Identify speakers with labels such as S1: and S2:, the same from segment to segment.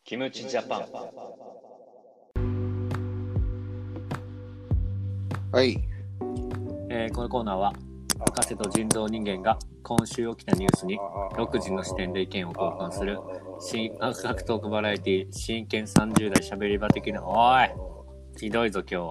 S1: キムチジャパン。
S2: はい、
S3: このコーナーは博士と人造人間が今週起きたニュースに独自の視点で意見を交換する新科学トークバラエティ真剣30代しゃべり場的な。おいひどいぞ今日は。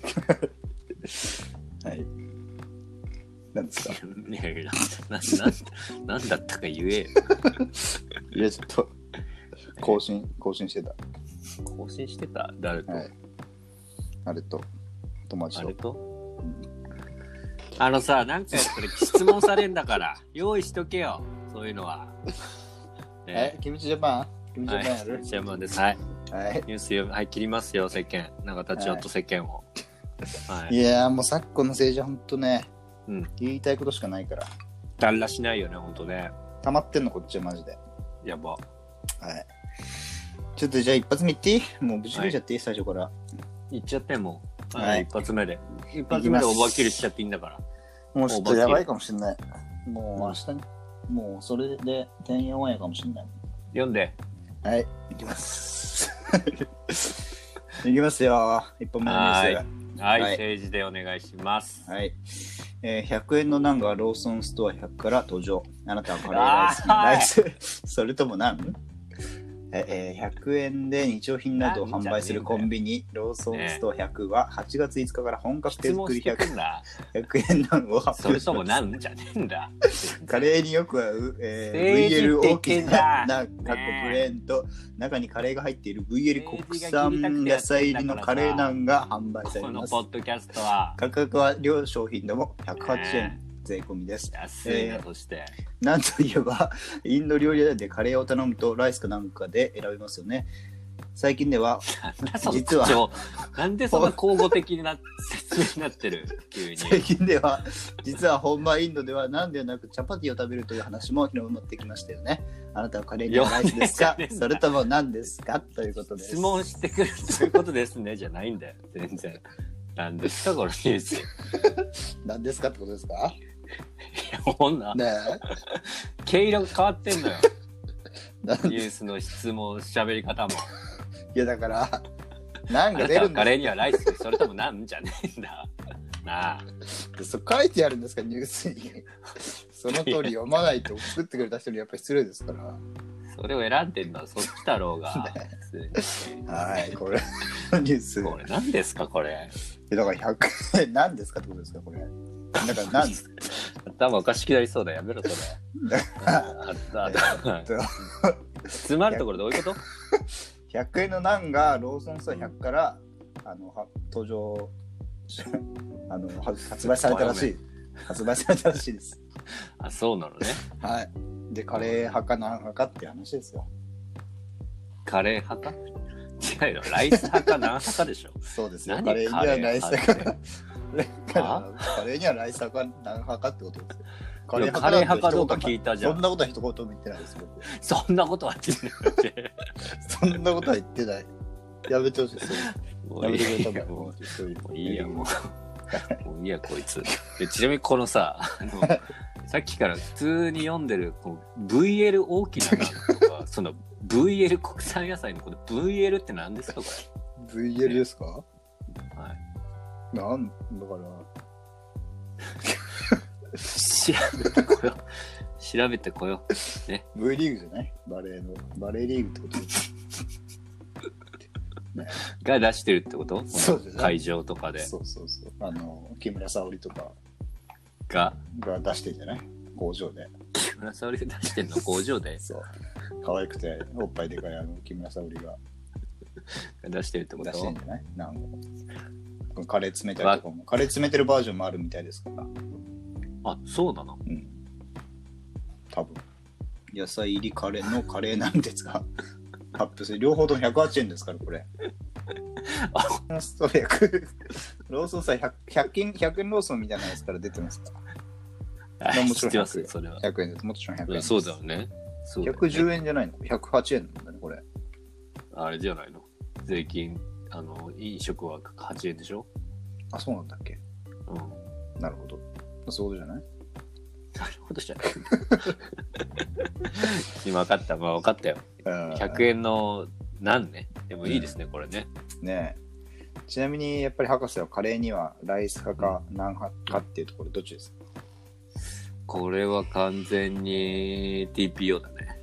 S2: はい。何ですか。
S3: いやいやなんだったか言えよ。
S2: いやちょっと更新してた。
S3: 更新してた誰と、はい、
S2: あれと友達と。
S3: あれと、さ、なんかやったら質問されんだから用意しとけよ、そういうのは。
S2: ね、キムチジャパンやる、
S3: はい、キムチジャパンです。はい。
S2: はい、
S3: ニュースよ、はい、切りますよ、世間。永田町と世間を。
S2: はい、いやーもう昨今の政治はほんとね、言いたいことしかないから。
S3: だらしないよね、ほんとね。
S2: 溜まってんの、こっちはマジで。
S3: やば。
S2: はい。ちょっとじゃあ一発目いっていい？もうぶち切れちゃっていい、最初から。
S3: いっちゃってもう。はい、一発目で。一発目でオーバーキルしちゃっていいんだから。
S2: もうちょっとやばいかもしんない。もう明日ね。もうそれでてんやわんやかもしんない。
S3: 読んで。
S2: はい、いきます。いきますよ。一本目のニュース。
S3: はい、政治でお願いします。
S2: はい。100円のナンがローソンストア100から登場。あなたはカレーライスそれともナン？100円で日用品などを販売するコンビニローソンストア100は8月5日から本格手作り100円ナンを発表します。
S3: それともナンじゃねえんだ。
S2: カレーによく合う、VL 大きなナンブレーンと中にカレーが入っている VL 国産野菜入りのカレーナンが販売されます。
S3: このポッドキャストは
S2: 価格は両商品でも108円。税込みです。
S3: 安いな。そして
S2: なんといえばインド料理屋でカレーを頼むとライスかなんかで選べますよね。最近では実は
S3: なんでそんな交互的な説明になってる急に。
S2: 最近では実は本場インドではナンではなくチャパティを食べるという話も広まってきましたよね。あなたはカレーにはライスですかそれとも何ですかということです。
S3: 質問してくるということですねじゃないんだよ全然。何ですかこのニュース。
S2: 何ですかってことですか。
S3: いやほんなね毛色が変わってんのよニュースの質問喋り方も。
S2: いやだから何が出るんですか。
S3: カレーにはライスそれとも何じゃねえんだなあ。
S2: そう書いてあるんですかニュースに。その通り読まないと作ってくれた人にやっぱり失礼ですから。
S3: それを選んでんのはそっちだろうが、
S2: ね、はいこれニュース
S3: これ何ですかこれ。
S2: だから100円何ですかってことですかこれ。だから何ですか。
S3: 頭おかしくなりそうだやめろそれ。詰まるところどういうこと。
S2: 100円のナンがローソンストア100から登場発売されたらしい。発売されたらしいです。
S3: あ、そうなのね。
S2: はい。でカレー派かナン派かって話ですよ。
S3: カレー派か。違うよライス派かナン派かでしょ。
S2: そうですよ。カレーにはライス派か。カレーにはライス派かナン派かってことですよ。
S3: カレー派かどうか聞いたじゃん。
S2: そんなことは一言も言ってないです僕。
S3: そんなことは言ってない。
S2: そんなことは言ってない。やめてほしいです。やめてくれたら
S3: もういいやもういいやこいつ。でちなみにこのささっきから普通に読んでるこう VL 大きなナンとかその VL 国産野菜のこの VL って何ですかこ
S2: れ。VL ですか。
S3: はい。
S2: なんだから
S3: 調べてこようね。
S2: V リーグじゃない。バレーリーグってことです、
S3: ね、が出してるってこと。
S2: そうですね。
S3: 会場とかで。
S2: そう木村沙織とか
S3: が
S2: 出してんじゃない工場で。
S3: 木村沙織が出してんの工場で。
S2: そう可愛くておっぱいでかい木村沙織が
S3: 出してるってこと。
S2: 出してんじゃない。なんかカレー詰めたりとかもカレー詰めてるバージョンもあるみたいですから。
S3: あ、そうなの。
S2: 多分野菜入りカレーのカレーなんですが発表する両方とも108円ですからこれ。ストレーローソンさ 100円ローソンみたいなやつから出てますから。もちろん100円。
S3: それは
S2: 100円です。もちろん100円です。
S3: そうだよね。
S2: 110円じゃないの ?108 円なんだねこれ。
S3: あれじゃないの。税金飲食は8円でしょ。
S2: あ、そうなんだっけ。なるほど。そういうことじゃない。
S3: なるほどじゃない。今分かった。まあ分かったよ。100円のなんね。でもいいですね、これね。
S2: ねえ。ちなみにやっぱり博士はカレーにはライス派かナン派かっていうところどっちですか？
S3: これは完全に TPO だね。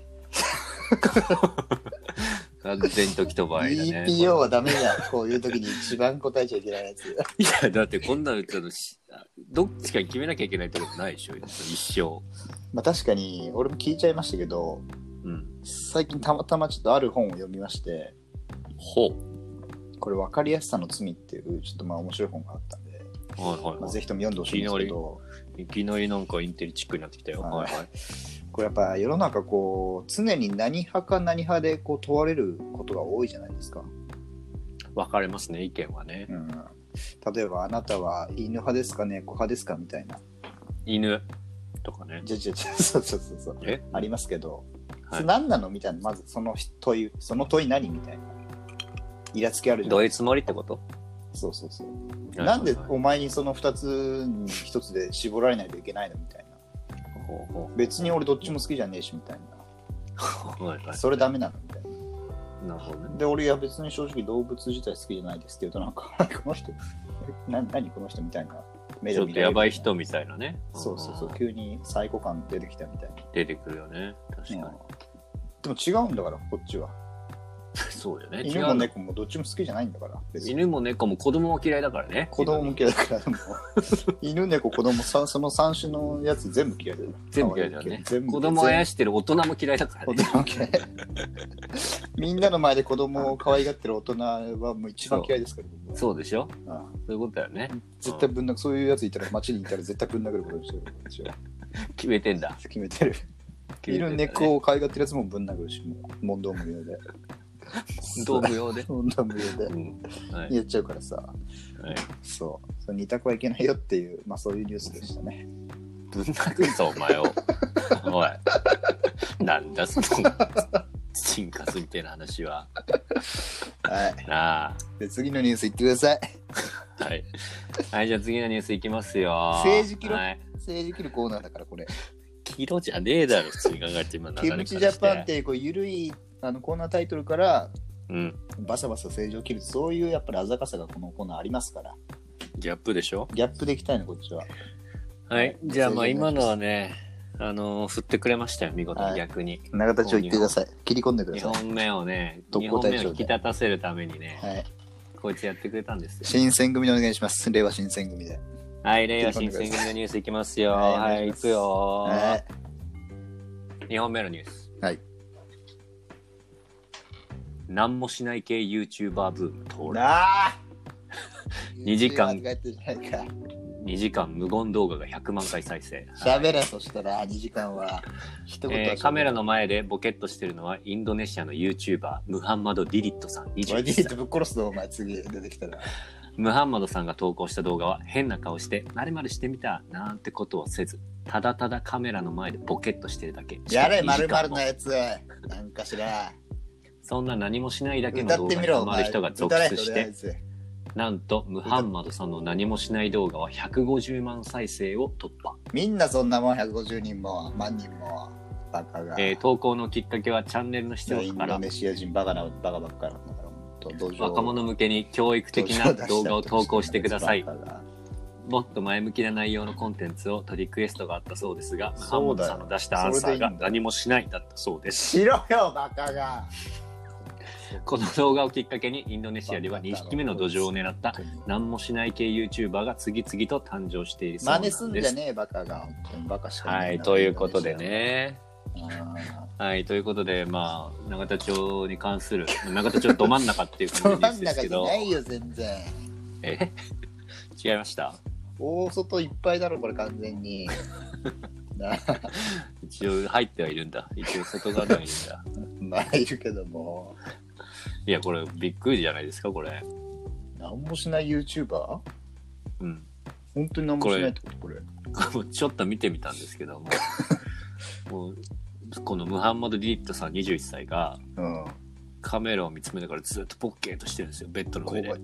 S3: 完全に時と場合だね。
S2: TPO はダメじゃん。こういう時に一番答えちゃいけないやつ。
S3: いや、だってこんなのどっちかに決めなきゃいけないってことないでしょ、一生。
S2: まあ確かに俺も聞いちゃいましたけど、
S3: うん。
S2: 最近たまたまちょっとある本を読みまして、
S3: ほう。
S2: これ分かりやすさの罪っていうちょっとまあ面白い本があったんで、
S3: はいはい、
S2: まあ、ぜひとも読んでほしいんですけど、
S3: いきなりなんかインテリチックになってきたよ。はいはい。
S2: これやっぱ世の中こう常に何派か何派でこう問われることが多いじゃないですか。
S3: 分かれますね、意見はね。
S2: うん、例えばあなたは犬派ですか猫派ですかみたいな。
S3: 犬とかね。
S2: そうありますけど、はい、何なのみたいな、まずその問い何みたいな。イラつきあるじゃん。
S3: どういうつもりってこと？
S2: そう。なんでお前にその2つに1つで絞られないといけないのみたいな。別に俺どっちも好きじゃねえしみたいな。それダメなのみたいな。
S3: なるほどね。
S2: で、俺は別に正直動物自体好きじゃないですって言うとなんかこの人何この人みたいな。
S3: ちょっとやばい人みたいなね。
S2: そう急にサイコ感出てきたみたいな。
S3: 出てくるよね。確かに。
S2: でも違うんだからこっちは。
S3: そうよね。
S2: 犬も猫もどっちも好きじゃないんだから。
S3: 犬も猫も子供も嫌いだからね。
S2: 子供も嫌いだからもう犬猫子供その3種のやつ全部嫌いだよ。
S3: 全部嫌いだよね。子供をあやしてる大人も嫌いだからね。
S2: 大人も嫌い。みんなの前で子供を可愛がってる大人はもう一番嫌いですから。
S3: そうでしょ。そういうことだよね。
S2: 絶対そういうやついたら街にいたら絶対ぶん殴ることにしてる。
S3: 決めてんだ。
S2: 決めてる。犬猫を可愛がってるやつもぶん殴るし、問答無用で。
S3: 問答無用で
S2: やっちゃうからさ、はい、そう二択はいけないよっていう、まあそういうニュースでしたね。
S3: ぶん殴るぞお前を。おい、なんだそのチンカスみたいな話は。
S2: はい。で次のニュースいってください。
S3: はい、じゃあ次のニュースいきますよ。
S2: 政治切るコーナーだからこれ。
S3: キロじゃねえだろ普通に考えて今流れ
S2: キムチジャパンってこうゆるいコーナータイトルから、バサバサ政治を切る、そういうやっぱりあざかさがこのコーナーありますから。
S3: ギャップでしょ。
S2: ギャップでいきたいのこっちは。
S3: はい、じゃあまあ今のはね、振ってくれましたよ見事に。逆に
S2: 永田町行ってください。切り込んでください。
S3: 2本目を引き立たせるためにね、こいつやってくれたんですよ。
S2: 新選組でお願いします。令和新選組で。
S3: はい、令和新選組のニュースいきますよ。はい、いくよ。2本目のニュース。
S2: はい。
S3: 何もしない系 YouTuber ブーム到来。2時間無言動画が100万回再生。
S2: 喋れ、そしたら2時間は一言
S3: カメラの前でボケっとしてるのはインドネシアの YouTuber ムハンマド・ディリットさん21歳。
S2: ディリットぶっ殺すぞお前、次出てきたら。
S3: ムハンマドさんが投稿した動画は変な顔して〇〇してみたなんてことをせず、ただただカメラの前でボケっとしてるだけ。
S2: やれ〇〇のやつなんかしら。
S3: そんな何もしないだけの動画にハマる人が続出して、なんとムハンマドさんの何もしない動画は150万再生を突破。
S2: みんなそんなもん、150人も万人もバカが。
S3: 投稿のきっかけはチャンネルの出力から、
S2: インドネシア人バカばっかなんだから、
S3: 若者向けに教育的な動画を投稿してください。もっと前向きな内容のコンテンツをとリクエストがあったそうですが、ムハンマドさんの出したアンサーが何もしないだったそうです。
S2: しろよバカが。
S3: この動画をきっかけにインドネシアでは2匹目の土壌を狙った何もしない系 YouTuber が次々と誕生しているそうなんです。
S2: 真似すんじゃねえバカが。本当にバカしかない。
S3: はい、ということでね。はい、ということで、まあ、永田町に関する、永田町ど真ん中っていう感じのニュースですけど。
S2: ど真ん中じゃないよ、全然。
S3: 違いました？
S2: 大外いっぱいだろ、これ完全に。
S3: 一応入ってはいるんだ。一応外側にはいる
S2: んだ。まあ、いるけども。
S3: いや、これびっくりじゃないですか、これ。
S2: 何もしない YouTuber？
S3: うん。
S2: 本当に何もしないってことこれ。
S3: ちょっと見てみたんですけども。もうこのムハンマド・ディリットさん21歳が、カメラを見つめながらずっとポッケーとしてるんですよ、ベッドの上で。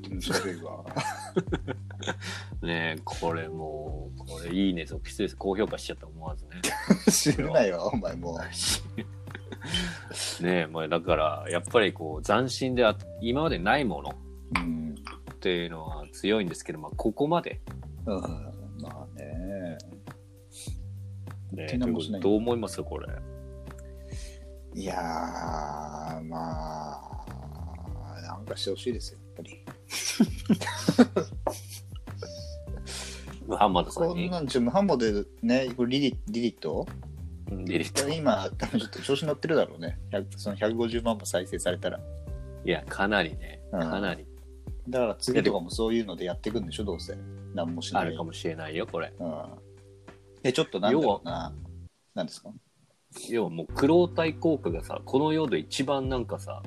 S3: ねえ、これもう、これいいね、続出です。高評価しちゃった思わずね。
S2: 知るなよ、お前もう。
S3: ねえ、まあだからやっぱりこう斬新で今までないものっていうのは強いんですけど、まあここまで。
S2: まあね。
S3: ね、どう思いますこれ。
S2: いやー、まあなんかしてほしいですよ、やっぱり。
S3: ムハンマドさんに。
S2: こんなんムハンマドでね、これリリット？
S3: リリット。
S2: 今、多分ちょっと調子乗ってるだろうね。その150万も再生されたら。
S3: いや、かなりね。かなり。
S2: だから次とかもそういうのでやっていくんでしょ、どうせ。なんもしない。
S3: あるかもしれないよ、これ。
S2: ちょっとなんだろうな。何ですか？
S3: 要はもう、クロータイ効果がさ、この世で一番なんかさ、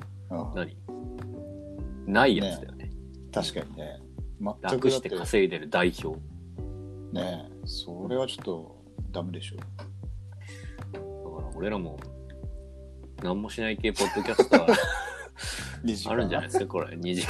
S3: ないやつだよね。
S2: 確かにね。
S3: 楽して稼いでる代表。
S2: ねえ、それはちょっとダメでしょ。
S3: だから俺らも何もしない系ポッドキャスターあるんじゃないですかこれ。2時間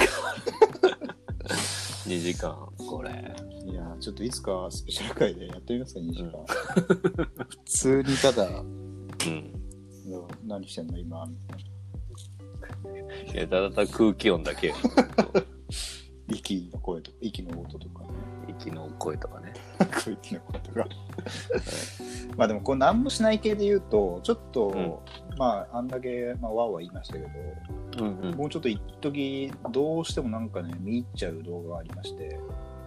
S3: 2時間これ。
S2: いやちょっといつかスペシャル回でやってみますか2時間、普通にただ何してんの今み
S3: たいな。いやただ空気音だけ
S2: 息の声とか息の音とかね。
S3: 息の声とかね。
S2: 息の声とかまあでもこう何もしない系で言うとちょっと、まああんだけ、まあ、わーわー言いましたけど、もうちょっと一時どうしてもなんかね見入っちゃう動画がありまして、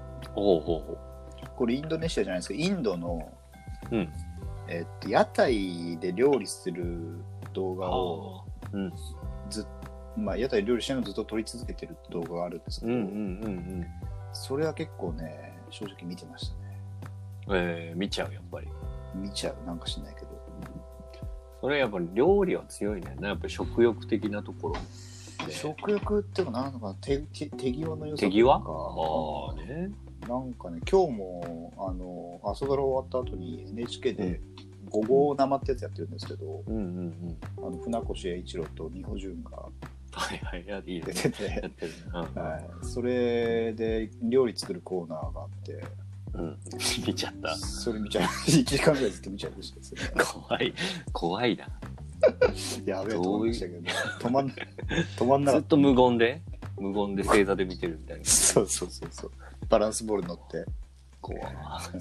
S2: これインドネシアじゃないですけどインドの、屋台で料理する動画をまあ、屋台料理してるのをずっと撮り続けてる動画があるんですけど、それは結構ね正直見てましたね。
S3: 見ちゃうやっぱり。
S2: 見ちゃうなんかしないけど。
S3: それやっぱり料理は強いね。やっぱり食欲的なところ。
S2: 食欲っていうかなんか手際の良さとか。
S3: 手際？
S2: なんかね今日も朝ドラ終わった後に NHK でごぼう生ってやつやってるんですけど、船越英一郎と二穂潤が出てて、それで料理作るコーナーがあって、
S3: 見ちゃった。
S2: それ見ちゃう。1時間ぐらいずっと見ちゃうしですね。
S3: 怖いな。
S2: やべえと思いましたけど、止まんなかった。
S3: ずっと無言で正座で見てるみたいな。
S2: そう。バランスボール乗って。
S3: 怖い。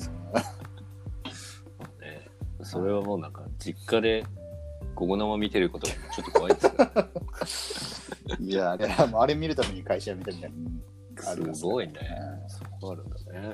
S3: それはもうなんか実家でゴゴ生見てることがちょっと怖いですよ。
S2: いやあれ見るために会社見たみたいな。
S3: すごいね。そうあるんだね。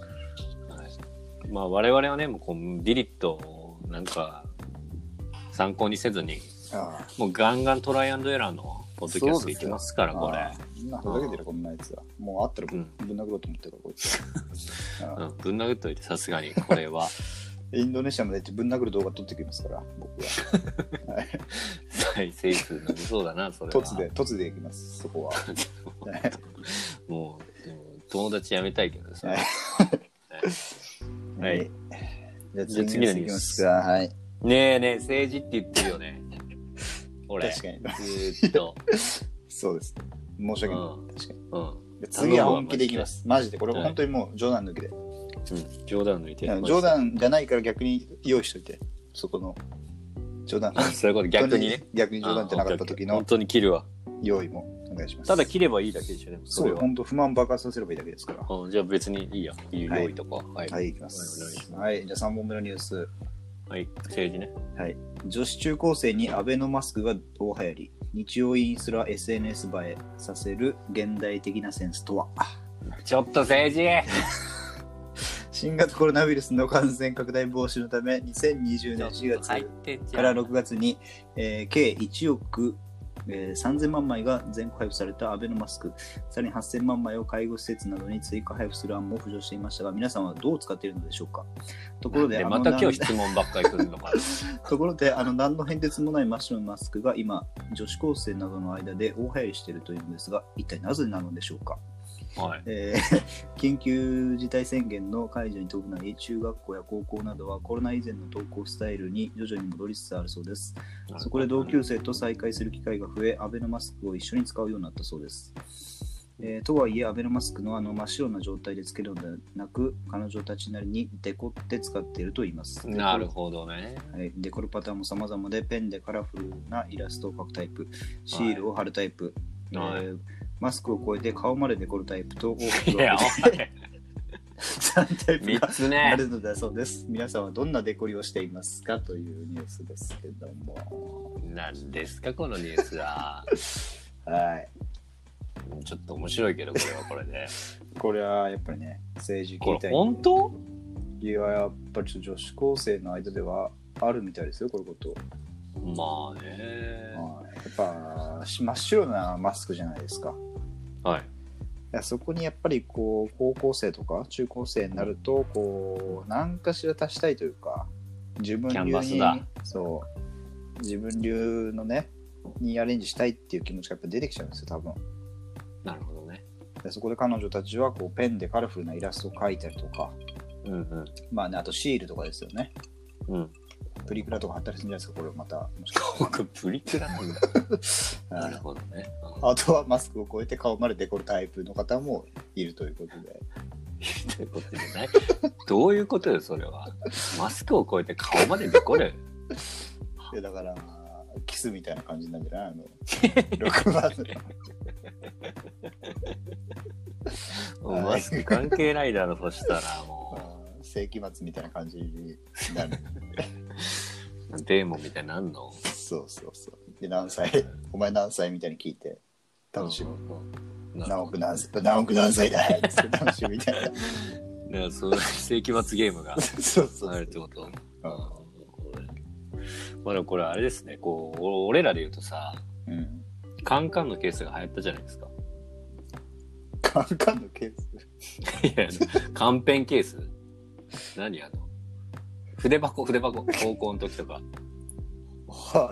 S3: まあ我々はねもうディリットをなんか参考にせずにもうガンガントライアンドエラーのポッドキャストいきますからこれ。
S2: ふざけてるこんなやつは。もうあったらぶん殴ろうと思ってるこいつ。
S3: ぶん殴っといてさすがにこれは。
S2: インドネシアまでぶん殴る動画撮ってきますから僕は。
S3: 再生数伸びそうだなそれは。
S2: 突でいきますそこは。
S3: もう友達やめたいけどさ。はい。
S2: じゃあ次のニュースか。はい。
S3: ねえ政治って言ってるよね。俺。
S2: 確かに。
S3: ずっと。
S2: そうです。申し訳ない。確かに。次は本気でいきます。マジでこれ本当にもう冗談抜きで。
S3: 冗談抜いて。
S2: 冗談じゃないから逆に用意しといて。そこの冗談。
S3: そういうこと逆にね。
S2: 逆に冗談じゃなかった時の。
S3: 本当に切るわ。
S2: 用意もお願いします。
S3: ただ切ればいいだけでしょ。
S2: そう本当不満爆発させればいいだけですから。
S3: じゃあ別にいいや。用意とか。
S2: はい、いきます。はい、じゃあ3本目のニュース。
S3: はい、政治ね。
S2: はい。女子中高生にアベノマスクが大流行り。日用品すら SNS 映えさせる現代的なセンスとは。
S3: ちょっと政治
S2: 新型コロナウイルスの感染拡大防止のため2020年4月から6月に、計1億3000万枚が全国配布されたアベノマスク、さらに8000万枚を介護施設などに追加配布する案も浮上していましたが、皆さんはどう使っているのでしょうか。ところで
S3: また今日質問ばっかり来るのか
S2: ところで何の変哲もない真っ白のマスクが今女子高生などの間で大流行りしているというのですが、一体なぜなのでしょうか。緊急事態宣言の解除に伴い中学校や高校などはコロナ以前の登校スタイルに徐々に戻りつつあるそうです。そこで同級生と再会する機会が増え、アベノマスクを一緒に使うようになったそうです。 とはいえ、アベノマスクの真っ白な状態でつけるのではなく、彼女たちなりにデコって使っていると言います。
S3: なるほどね。
S2: はい、デコるパターンも様々で、ペンでカラフルなイラストを描くタイプ、シールを貼るタイプ、マスクを越えて顔までデコるタイプと、
S3: いや、
S2: 3タイプ
S3: 3
S2: が
S3: つね
S2: あるのだそうです。皆さんはどんなデコリをしていますかというニュースですけども。
S3: 何ですか、このニュースは。
S2: はい。
S3: ちょっと面白いけど、これはこれで。
S2: これはやっぱりね、政治
S3: これ本当？
S2: いや、やっぱり女子高生の間ではあるみたいですよ、こういうこと。
S3: まあね。
S2: やっぱ真っ白なマスクじゃないですか。
S3: はい。
S2: いや、そこにやっぱりこう高校生とか中高生になるとこう何かしら足したいというか、自分流にそう自分流のねにアレンジしたいっていう気持ちがやっぱ出てきちゃうんですよ、多分。
S3: なるほどね。
S2: でそこで彼女たちはこうペンでカラフルなイラストを描いたりとか、
S3: うんうん。
S2: まあね、あとシールとかですよね。
S3: うん。
S2: プリクラとか貼ったりするんじゃないですか、これまた。もしか
S3: 僕プリクラなんだ。なるほどね。
S2: あとはマスクを越えて顔までデコるタイプの方もいるということで。
S3: ということじゃない。どういうことよ、それは。マスクを越えて顔までデコる。
S2: いやだからキスみたいな感じなんじゃない6番
S3: の。マスク関係ないだろ、そしたらも
S2: う。世紀末みたいな感じになる。
S3: デーモンみたいになんの？
S2: そうそうそう。で、何歳お前何歳みたいに聞いて楽しむ。何億何歳だって楽しむみたいな。
S3: だからそういう世紀末ゲームがあるってこと。まだこれあれですね、こう俺らで言うとさ、カンカンのケースが流行ったじゃないですか。
S2: カンカンのケー
S3: ス？いや、カンペンケース？何筆箱、高校の時とか。
S2: はい。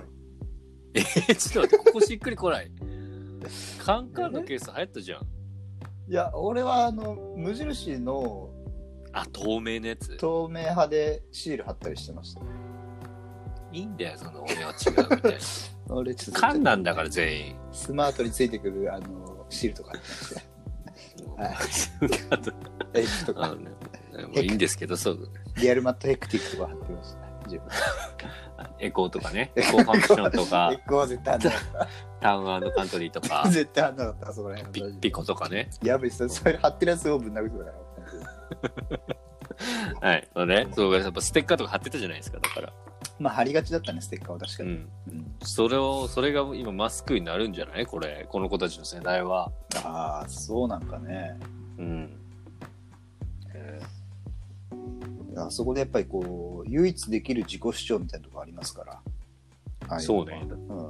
S3: ちょっと待って、ここしっくりこない。カンカンのケース流行ったじゃん。
S2: いや、俺は無印の
S3: 透明のやつ。
S2: 透明派でシール貼ったりしてました。
S3: いいんだよ、その俺は違うみたいな。
S2: 俺ちょっと
S3: 缶なんだから全員。
S2: スマートについてくるシールとか貼ってました。はい。エッグとか。
S3: もういいんですけど、そう。
S2: リアルマットヘクティックとか貼ってました。自分。
S3: エコーとかね。エコーファンクションとか。
S2: エコーは絶対貼んなかった。
S3: タウン&カントリーとか。
S2: 絶対貼んなかった、そこら辺。
S3: ピコとかね。
S2: やべえ、それ貼ってるやつをぶん殴るから。
S3: はい。そうね。そう、やっぱステッカーとか貼ってたじゃないですか、だから。
S2: まあ貼りがちだったね、ステッカーは確かに。
S3: それが今マスクになるんじゃない？この子たちの世代は。
S2: ああ、そうなんかね。あそこでやっぱりこう唯一できる自己主張みたいなところありますから。
S3: そうね。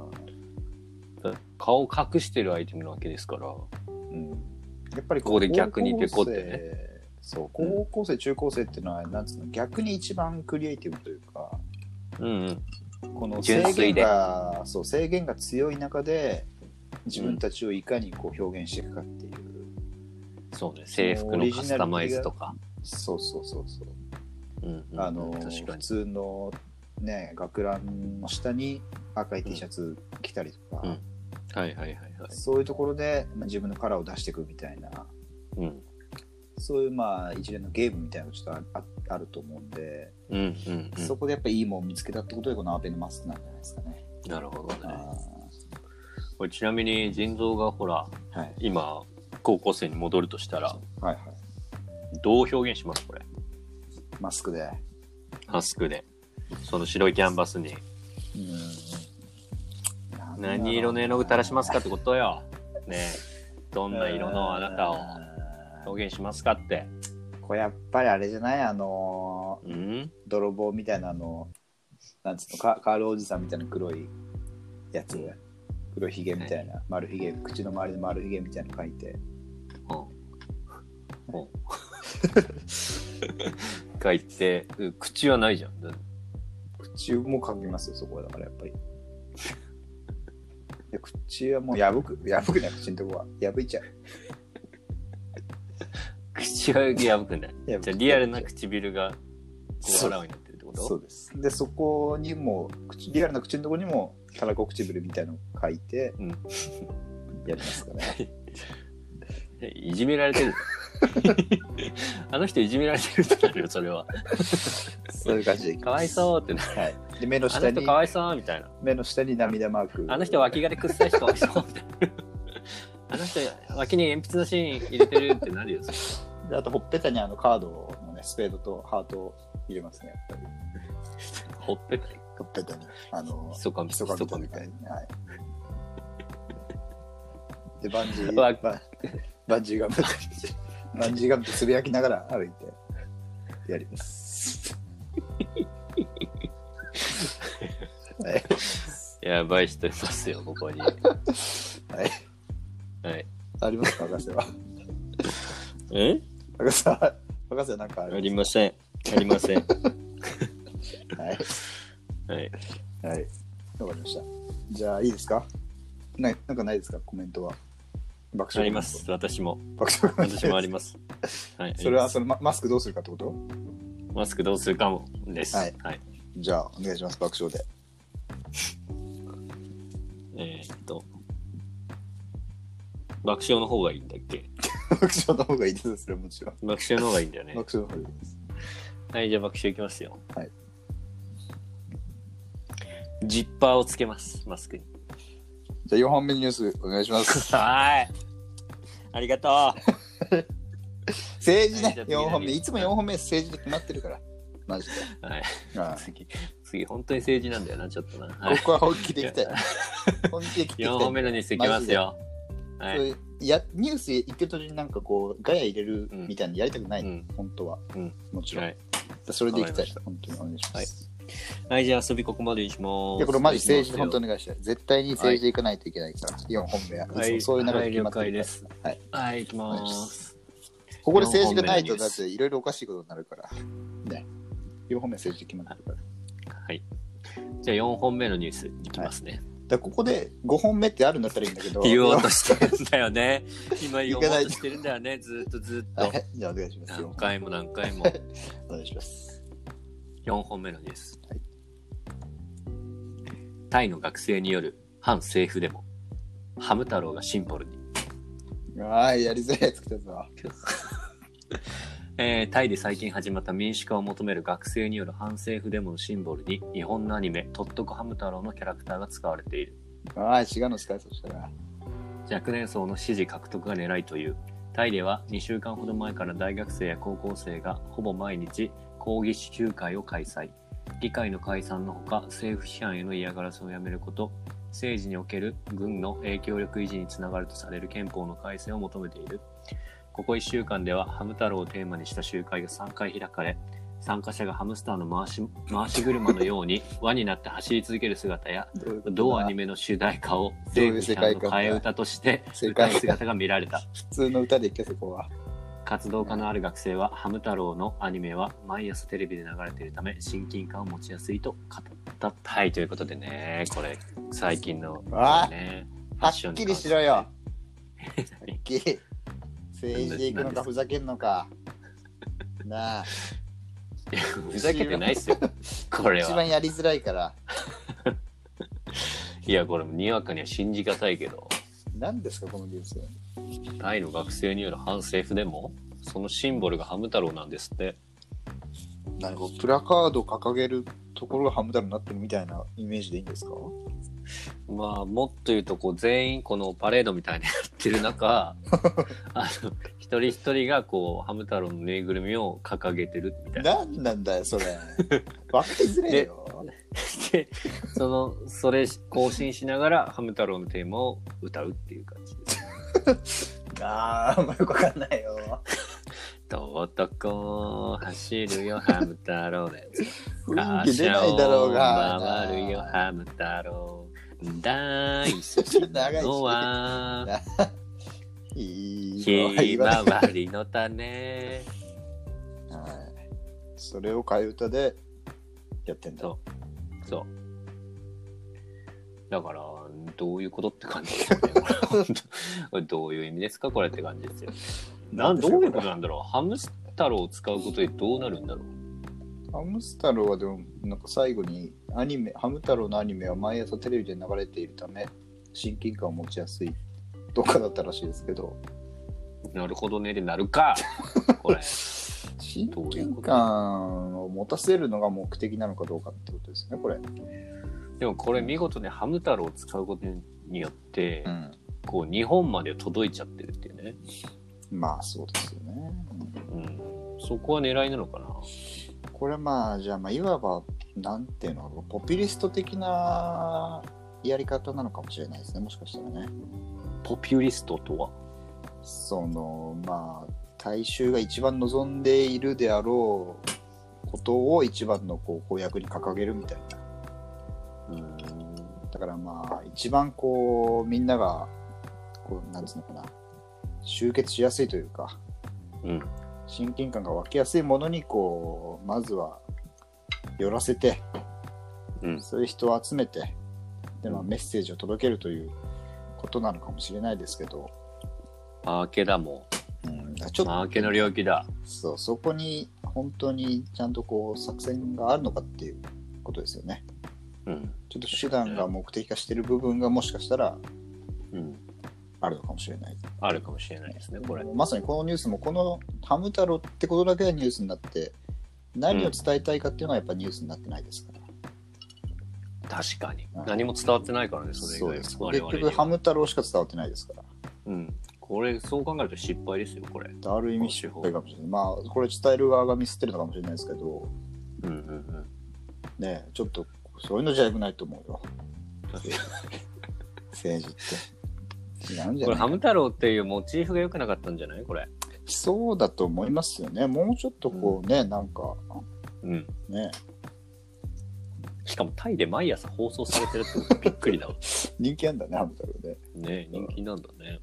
S3: 顔を隠してるアイテムなわけですから。や
S2: っぱり
S3: ここで逆にデコってね。
S2: そう、高校生、中高生っていうのはなんつうの、逆に一番クリエイティブというか。この制限が強い中で自分たちをいかにこう表現していくかっていう、
S3: そうね、制服のカスタマイズとか、
S2: そう普通のね学ランの下に赤い T シャツ着たりとか、そういうところで、自分のカラーを出していくみたいな、そういう一連のゲームみたいなのがちょっとあると思うんで、そこでやっぱりいいものを見つけたってことでこのアベノマスクなんじゃないですかね。
S3: なるほどね。これちなみに腎臓がほら、今高校生に戻るとしたら、どう表現しますこれ？
S2: マスクで。そ
S3: の白いキャンバスに。何色の絵の具垂らしますかってことよ。ね、どんな色のあなたを表現しますかって。
S2: これやっぱりあれじゃない？泥棒みたいななんつうのカールおじさんみたいな黒いやつ、黒ひげみたいな、丸ひげ、口の周りで丸ひげみたいなの描いて、
S3: 描いて、口はないじゃん。
S2: 口も描きますよ、そこは。だからやっぱり口はもう破くね、口のとこは破いちゃう。
S3: 口は破くんだ。じゃあリアルな唇がこう笑うようになってるってこと？
S2: そうです。でそこにもリアルな口のところにもたらこ唇みたいなのを描いて、やりますかね。
S3: いじめられてるあの人いじめられてるってなるよ、それは。
S2: そういう感じで。
S3: かわいそうってなる。
S2: はい。で、目の
S3: あ
S2: 下に、
S3: の人かわいそうみたいな。
S2: 目の下に涙マーク。
S3: あの人脇がでくっさいしかわいそうみたいな。あの人脇に鉛筆の芯入れてるってなるよ。
S2: であと、ほっぺたにカードのね、スペードとハートを入れますね、やっぱり。
S3: ほっぺた
S2: ほっぺたに。
S3: ひそかみ
S2: ひそかみたいに。はい。で、バンジーガムバンジーガムとつぶやきながら歩いてやります。はい、
S3: やばい人いますよ、ここに。はい。はい。
S2: ありますか、博士は。博士はなんか
S3: ありません。ありません。はい。
S2: はい。はい。わかりました。じゃあ、いいですか？なんかないですか、コメントは。爆笑
S3: あります、私も。
S2: 私
S3: もあります。はい。
S2: それはマスクどうするかってこと？
S3: マスクどうするかもです。
S2: はい。じゃあ、お願いします、爆笑で。
S3: 爆笑の方がいいんだっけ？
S2: 爆笑の方がいいです、それはもちろん。
S3: 爆笑の方がいいんだよね。
S2: 爆笑の方がいいです。
S3: はい、じゃあ爆笑いきますよ。
S2: はい。
S3: ジッパーをつけます、マスクに。
S2: じゃあ4本目ニュースお願いします。
S3: はい。ありがとう。
S2: 政治ね、4本目。いつも4本目政治で決まってるから。マジで。
S3: はい。
S2: ああ
S3: 次、本当に政治なんだよな、ちょっとな。
S2: はい、ここは本気でいきたい。本気でいきたい。
S3: 4本目のニュースいきますよ。
S2: はい、ニュース行く途中になんかこうガヤ入れるみたいなのやりたくない、本当は、もちろん、はい、それで行きたい。本当にお願いします。
S3: はい、じゃあ遊びここまでにします。
S2: いや、これマジ政治で本当にお願いしたい。絶対に政治で行かないといけないから、4本目は。はい、そういう流れで決まってるから。はい、了解です。はい、はい、行きます。ここで政治がないとだっていろいろおかしいことになるから。ね。4本目は政治で決まってるから。
S3: はい。じゃあ4本目のニュースいきますね。
S2: だここで5本目ってあるんだったらいいんだけど
S3: 言おうとしてるんだよね。今言おうとしてるんだよね。ずっと。
S2: じゃあお願いします。
S3: 何回も
S2: お願いします。
S3: 4本目のニュース、はい、タイの学生による反政府デモ、ハム太郎がシンボルに。
S2: やりづらいやつ来たぞ。
S3: タイで最近始まった民主化を求める学生による反政府デモのシンボルに日本のアニメとっとこハム太郎のキャラクターが使われている。
S2: 違うの使いそうしたら
S3: 若年層の支持獲得が狙いという。タイでは2週間ほど前から大学生や高校生がほぼ毎日抗議集会を開催。議会の解散のほか政府批判への嫌がらせをやめること、政治における軍の影響力維持につながるとされる憲法の改正を求めている。ここ1週間ではハム太郎をテーマにした集会が3回開かれ、参加者がハムスターの回し車のように輪になって走り続ける姿や、同アニメの主題歌を政府批判の替え歌として歌う姿が見られた。
S2: 普通の歌でいけ、そこは。
S3: 活動家のある学生は、ハム太郎のアニメは毎朝テレビで流れているため親近感を持ちやすいと語った。はい、ということでね、これ最近の、ね、
S2: はっきりしろよ。はっきり。政治で行くのかふざけんのか。なあ。
S3: ふざけてないっすよ。これは。
S2: 一番やりづらいから。
S3: いや、これにわかには信じがたいけど。
S2: 何ですか、このニュース。
S3: タイの学生による反政府デモ、そのシンボルがハム太郎なんですって。
S2: なるほど。プラカードを掲げるところがハム太郎になってるみたいなイメージでいいんですか？
S3: まあ、もっと言うとこう全員このパレードみたいにやってる中一人一人がこうハム太郎のぬいぐるみを掲げてるみたいな。
S2: 何なんだよそれ。分かりづれえよ。
S3: でそれ更新しながらハム太郎のテーマを歌うっていう感じです。
S2: あんまよくわかんないよ。
S3: とっとこ走るよハム太郎で
S2: 雰囲気出ないだろうが。
S3: 回るよハム太郎大好きなのはひまわりの種。
S2: はい。それを替え歌でやってんだ。
S3: そう。だからどういうことって感じですよね。どういう意味ですかこれって感じですよ。どういうことなんだろう。ハム太郎を使うことでどうなるんだろう。
S2: ハム太郎はでもなんか最後にハム太郎のアニメは毎朝テレビで流れているため親近感を持ちやすいとかだったらしいですけど、
S3: なるほどねでなるかこれ
S2: 親近感を持たせるのが目的なのかどうかってことですね、これ。
S3: でもこれ見事にハム太郎を使うことによって、
S2: うん、
S3: こう日本まで届いちゃってるっていうね。
S2: まあそうですよね。
S3: うん、そこは狙いなのかな。
S2: これはまあじゃあ、まあいわばなんていうの、ポピュリスト的なやり方なのかもしれないですね、もしかしたらね。
S3: ポピュリストとは
S2: そのまあ大衆が一番望んでいるであろうことを一番のこう公約に掲げるみたいな。だからまあ一番こうみんながこうなんつうのかな、集結しやすいというか、
S3: うん、
S2: 親近感が湧きやすいものにこうまずは寄らせて、
S3: うん、
S2: そういう人を集めて、でまあメッセージを届けるということなのかもしれないですけど、
S3: マーケだもん、
S2: ちょっと
S3: マーケの領域だ。
S2: そう、そこに本当にちゃんとこう作戦があるのかっていうことですよね。
S3: うん、
S2: ちょっと手段が目的化している部分がもしかしたら
S3: うん、
S2: あるのかもしれない。
S3: あるかもしれないですね、これ。
S2: まさにこのニュースもこのハム太郎ってことだけがニュースになって、何を伝えたいかっていうのはやっぱニュースになってないですから。
S3: 確かに、
S2: うん、
S3: 何も伝わってないからね、それ以外は。
S2: そうです。結局ハム太郎しか伝わってないですから。
S3: うん。これそう考えると失敗ですよ、これ。
S2: ある意味失敗かもしれない。まあこれ伝える側がミスってるのかもしれないですけど、
S3: うんうんうん。
S2: ねえ、ちょっとそういうのじゃ良くないと思うよ。政治って違うんじゃないか。
S3: これハム太郎っていうモチーフが良くなかったんじゃないこれ。
S2: そうだと思いますよね。もうちょっとこうね、なんか、
S3: うん。
S2: ね。
S3: しかもタイで毎朝放送されてるってびっくりだわ。
S2: 人気あんだね、ハム太郎ね。
S3: ね、人気なんだね。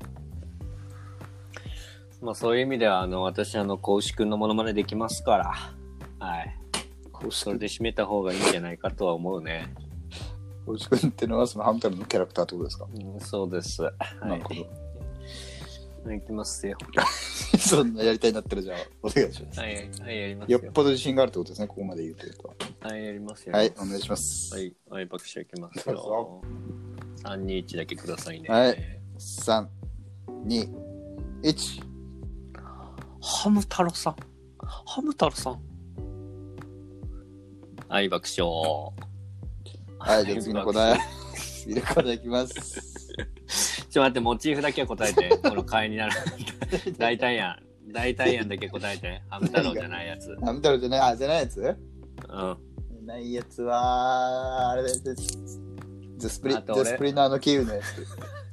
S3: まあそういう意味では私子牛くんのモノマネできますから、はい。それで締めた方がいいんじゃないかとは思うね。
S2: 子牛くんってのはそのハム太郎のキャラクターってことですか？
S3: うん、そうです。はい、
S2: なるほど。
S3: いきますよ。
S2: そんなやりたいんだったらじゃあお願いします。
S3: はい、はい、やりますよ。
S2: よっぽど自信があるってことですね、ここまで言うというと。
S3: はい、やりますよ。
S2: はい、お願いします。
S3: はい、はい、爆笑いきますよ。3、2、1だけくださいね。
S2: はい。3、2、1。
S3: ハム太郎さん。ハム太郎さん。はい、爆笑。
S2: はい、じゃあ次の答え。次の答えいきます。
S3: ちょっと待って、モチーフだけは答えて。この替えになる。大体やん。大体やんだけ答えて。ハム太郎じゃないやつ。
S2: ハム太郎じゃない、あ、じゃないやつ？
S3: うん。
S2: ないやつは、あれです。ザスプリナーのキウイのやつ。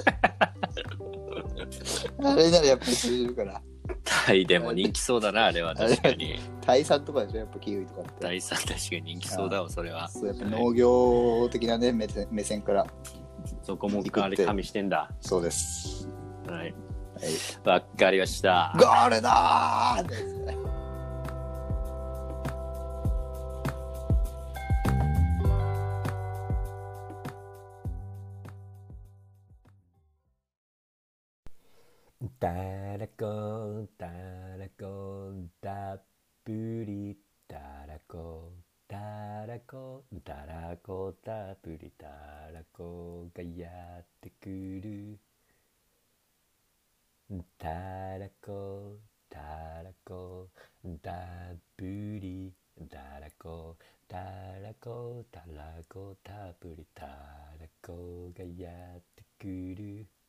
S2: あれならやっぱり通じるから。
S3: タイでも人気そうだな、あれは確かに。
S2: タイ産とかでしょ、やっぱキウイとかって。
S3: タイ産確かに人気そうだわ、それは。
S2: そう、やっぱ農業的なね、目線から。
S3: そこもあれ加味してんだ。
S2: そうです。
S3: はい。
S2: はい。
S3: わかりました。
S2: ゴールだーですね。
S3: たらこたらこたっぷりたらこたらこたらこたっぷりたらこがやってくるたらこたらこたっぷりたらこたらこたらこたっぷりたらこがやってくる